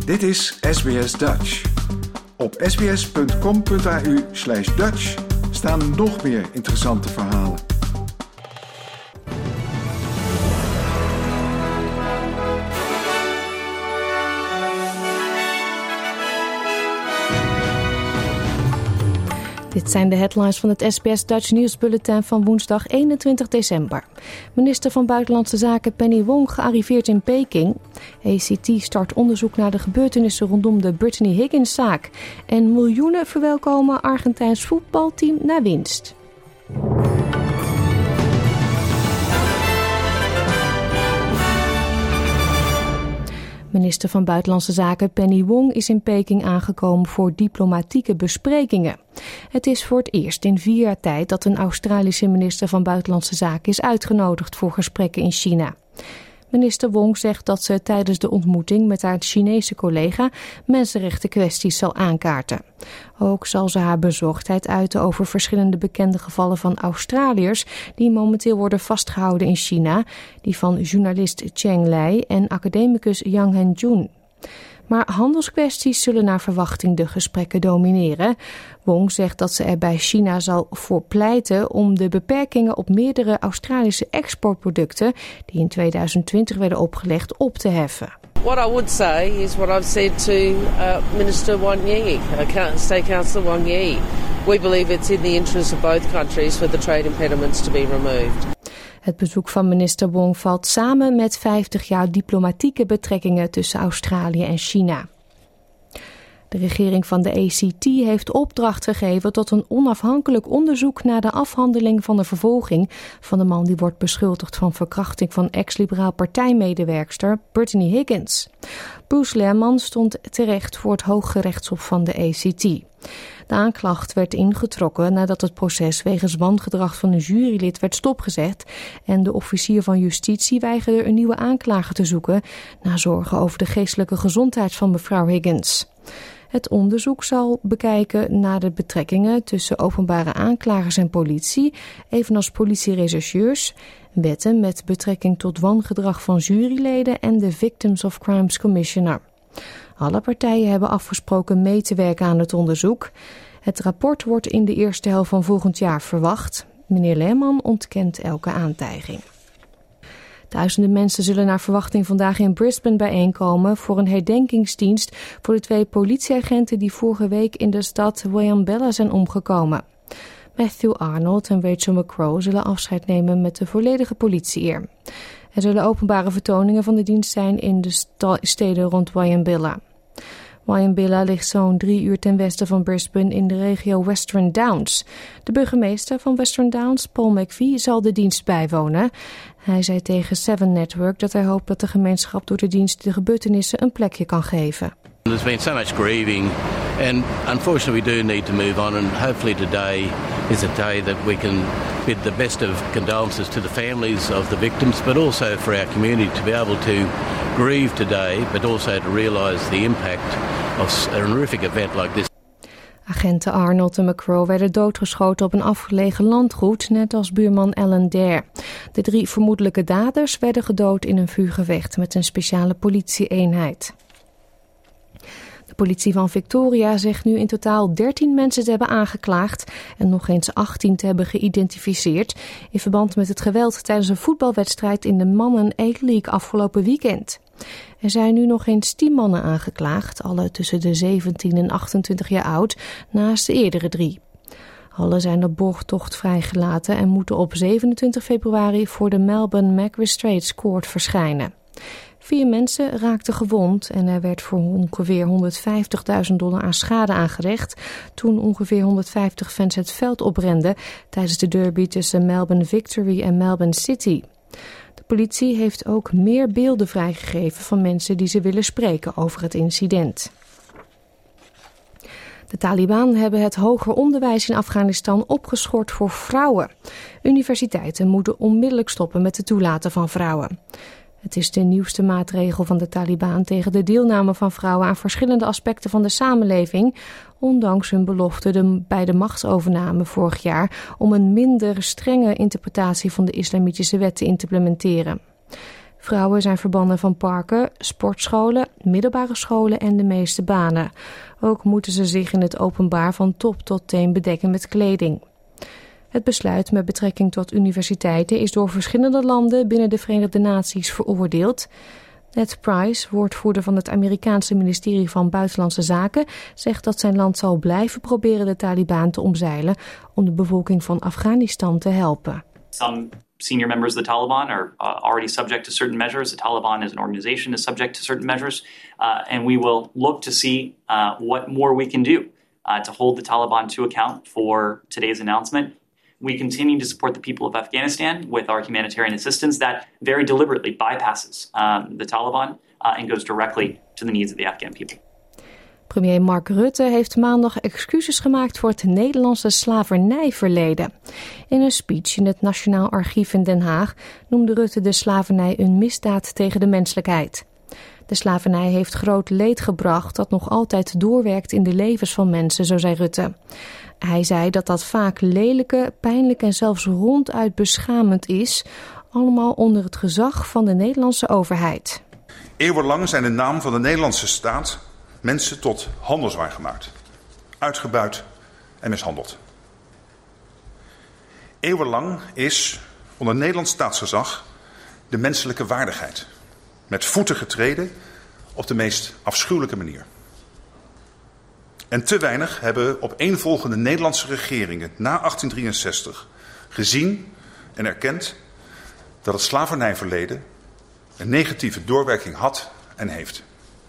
Dit is SBS Dutch. Op sbs.com.au/Dutch staan nog meer interessante verhalen. Dit zijn de headlines van het SBS Dutch nieuwsbulletin van woensdag 21 december. Minister van Buitenlandse Zaken Penny Wong gearriveerd in Peking. ACT start onderzoek naar de gebeurtenissen rondom de Brittany Higgins-zaak. En miljoenen verwelkomen Argentijns voetbalteam naar winst. Minister van Buitenlandse Zaken Penny Wong is in Peking aangekomen voor diplomatieke besprekingen. Het is voor het eerst in 4 jaar tijd dat een Australische minister van Buitenlandse Zaken is uitgenodigd voor gesprekken in China. Minister Wong zegt dat ze tijdens de ontmoeting met haar Chinese collega mensenrechtenkwesties zal aankaarten. Ook zal ze haar bezorgdheid uiten over verschillende bekende gevallen van Australiërs die momenteel worden vastgehouden in China, die van journalist Cheng Lei en academicus Yang Henjun. Maar handelskwesties zullen naar verwachting de gesprekken domineren. Wong zegt dat ze er bij China zal voor pleiten om de beperkingen op meerdere Australische exportproducten die in 2020 werden opgelegd op te heffen. What I would say is what I've said to Minister Wang Yi, State Councillor Wang Yi. We believe it's in the interest of both countries for the trade impediments to be removed. Het bezoek van minister Wong valt samen met 50 jaar diplomatieke betrekkingen tussen Australië en China. De regering van de ACT heeft opdracht gegeven tot een onafhankelijk onderzoek naar de afhandeling van de vervolging van de man die wordt beschuldigd van verkrachting van ex-liberaal partijmedewerkster Brittany Higgins. Bruce Lehrmann stond terecht voor het Hooggerechtshof van de ACT. De aanklacht werd ingetrokken nadat het proces wegens wangedrag van een jurylid werd stopgezet en de officier van justitie weigerde een nieuwe aanklager te zoeken na zorgen over de geestelijke gezondheid van mevrouw Higgins. Het onderzoek zal bekijken naar de betrekkingen tussen openbare aanklagers en politie, evenals politierechercheurs, wetten met betrekking tot wangedrag van juryleden en de Victims of Crimes Commissioner. Alle partijen hebben afgesproken mee te werken aan het onderzoek. Het rapport wordt in de eerste helft van volgend jaar verwacht. Meneer Lehrmann ontkent elke aantijging. Duizenden mensen zullen naar verwachting vandaag in Brisbane bijeenkomen voor een herdenkingsdienst voor de 2 politieagenten die vorige week in de stad Wieambilla zijn omgekomen. Matthew Arnold en Rachel McCrow zullen afscheid nemen met de volledige politie-eer. Er zullen openbare vertoningen van de dienst zijn in de steden rond Wieambilla. Wieambilla ligt zo'n 3 uur ten westen van Brisbane in de regio Western Downs. De burgemeester van Western Downs, Paul McVie, zal de dienst bijwonen. Hij zei tegen Seven Network dat hij hoopt dat de gemeenschap door de dienst de gebeurtenissen een plekje kan geven. There's been so much grieving and unfortunately we do need to move on and hopefully today is a day that we can bid the best of condolences to the families of the victims but also for our community to be able to grieve today but also to realise the impact of a horrific event like this. Agenten Arnold en McCrow werden doodgeschoten op een afgelegen landgoed, net als buurman Alan Dare. De 3 vermoedelijke daders werden gedood in een vuurgevecht met een speciale politieeenheid. De politie van Victoria zegt nu in totaal 13 mensen te hebben aangeklaagd en nog eens 18 te hebben geïdentificeerd in verband met het geweld tijdens een voetbalwedstrijd in de mannen A-League afgelopen weekend. Er zijn nu nog eens 10 mannen aangeklaagd, alle tussen de 17 en 28 jaar oud, naast de eerdere 3. Alle zijn op borgtocht vrijgelaten en moeten op 27 februari voor de Melbourne Magistrates Court verschijnen. 4 mensen raakten gewond en er werd voor ongeveer $150.000 aan schade aangerecht toen ongeveer 150 fans het veld oprenden tijdens de derby tussen Melbourne Victory en Melbourne City. De politie heeft ook meer beelden vrijgegeven van mensen die ze willen spreken over het incident. De Taliban hebben het hoger onderwijs in Afghanistan opgeschort voor vrouwen. Universiteiten moeten onmiddellijk stoppen met het toelaten van vrouwen. Het is de nieuwste maatregel van de Taliban tegen de deelname van vrouwen aan verschillende aspecten van de samenleving, ondanks hun belofte bij de machtsovername vorig jaar om een minder strenge interpretatie van de islamitische wet te implementeren. Vrouwen zijn verbannen van parken, sportscholen, middelbare scholen en de meeste banen. Ook moeten ze zich in het openbaar van top tot teen bedekken met kleding. Het besluit met betrekking tot universiteiten is door verschillende landen binnen de Verenigde Naties veroordeeld. Ned Price, woordvoerder van het Amerikaanse ministerie van Buitenlandse Zaken, zegt dat zijn land zal blijven proberen de Taliban te omzeilen om de bevolking van Afghanistan te helpen. Some senior members of the Taliban are already subject to certain measures. The Taliban as an organization is subject to certain measures. And we will look to see what more we can do to hold the Taliban to account for today's announcement. We continue to support the people of Afghanistan with our humanitarian assistance that very deliberately bypasses the Taliban and goes directly to the needs of the Afghan people. Premier Mark Rutte heeft maandag excuses gemaakt voor het Nederlandse slavernijverleden. In een speech in het Nationaal Archief in Den Haag noemde Rutte de slavernij een misdaad tegen de menselijkheid. De slavernij heeft groot leed gebracht dat nog altijd doorwerkt in de levens van mensen, zo zei Rutte. Hij zei dat dat vaak lelijke, pijnlijk en zelfs ronduit beschamend is, allemaal onder het gezag van de Nederlandse overheid. Eeuwenlang zijn in naam van de Nederlandse staat mensen tot handelswaar gemaakt, uitgebuit en mishandeld. Eeuwenlang is onder Nederlands staatsgezag de menselijke waardigheid met voeten getreden op de meest afschuwelijke manier. En te weinig hebben opeenvolgende Nederlandse regeringen na 1863 gezien en erkend dat het slavernijverleden een negatieve doorwerking had en heeft.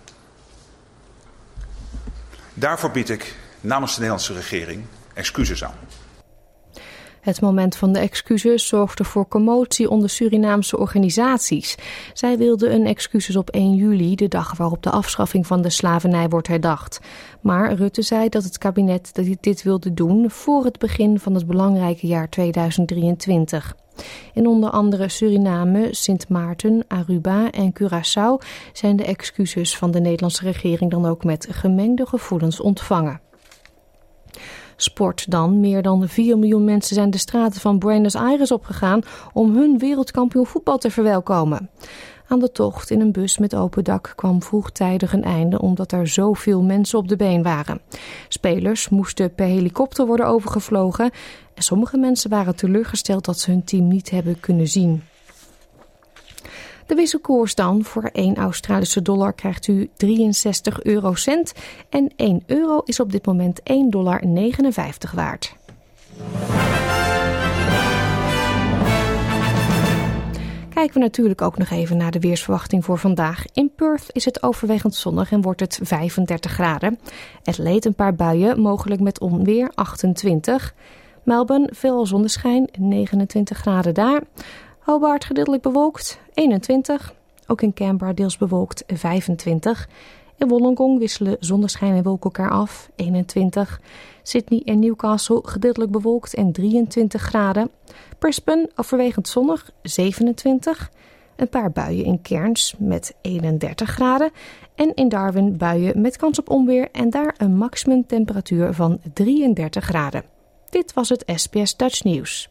Daarvoor bied ik namens de Nederlandse regering excuses aan. Het moment van de excuses zorgde voor commotie onder Surinaamse organisaties. Zij wilden een excuses op 1 juli, de dag waarop de afschaffing van de slavernij wordt herdacht. Maar Rutte zei dat het kabinet dit wilde doen voor het begin van het belangrijke jaar 2023. In onder andere Suriname, Sint Maarten, Aruba en Curaçao zijn de excuses van de Nederlandse regering dan ook met gemengde gevoelens ontvangen. Sport dan. Meer dan 4 miljoen mensen zijn de straten van Buenos Aires opgegaan om hun wereldkampioen voetbal te verwelkomen. Aan de tocht in een bus met open dak kwam vroegtijdig een einde omdat er zoveel mensen op de been waren. Spelers moesten per helikopter worden overgevlogen en sommige mensen waren teleurgesteld dat ze hun team niet hebben kunnen zien. De wisselkoers dan. Voor 1 Australische dollar krijgt u 63 eurocent en 1 euro is op dit moment $1,59 waard. Kijken we natuurlijk ook nog even naar de weersverwachting voor vandaag. In Perth is het overwegend zonnig en wordt het 35 graden. Adelaide een paar buien, mogelijk met onweer 28. Melbourne veel zonneschijn, 29 graden daar. Hobart gedeeltelijk bewolkt, 21. Ook in Canberra deels bewolkt, 25. In Wollongong wisselen zonneschijn en wolken elkaar af, 21. Sydney en Newcastle gedeeltelijk bewolkt en 23 graden. Brisbane overwegend zonnig, 27. Een paar buien in Cairns met 31 graden. En in Darwin buien met kans op onweer en daar een maximumtemperatuur van 33 graden. Dit was het SBS Dutch Nieuws.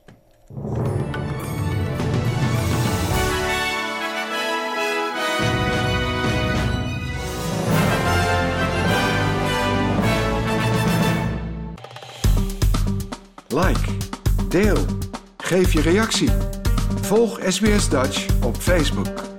Like, deel, geef je reactie. Volg SBS Dutch op Facebook.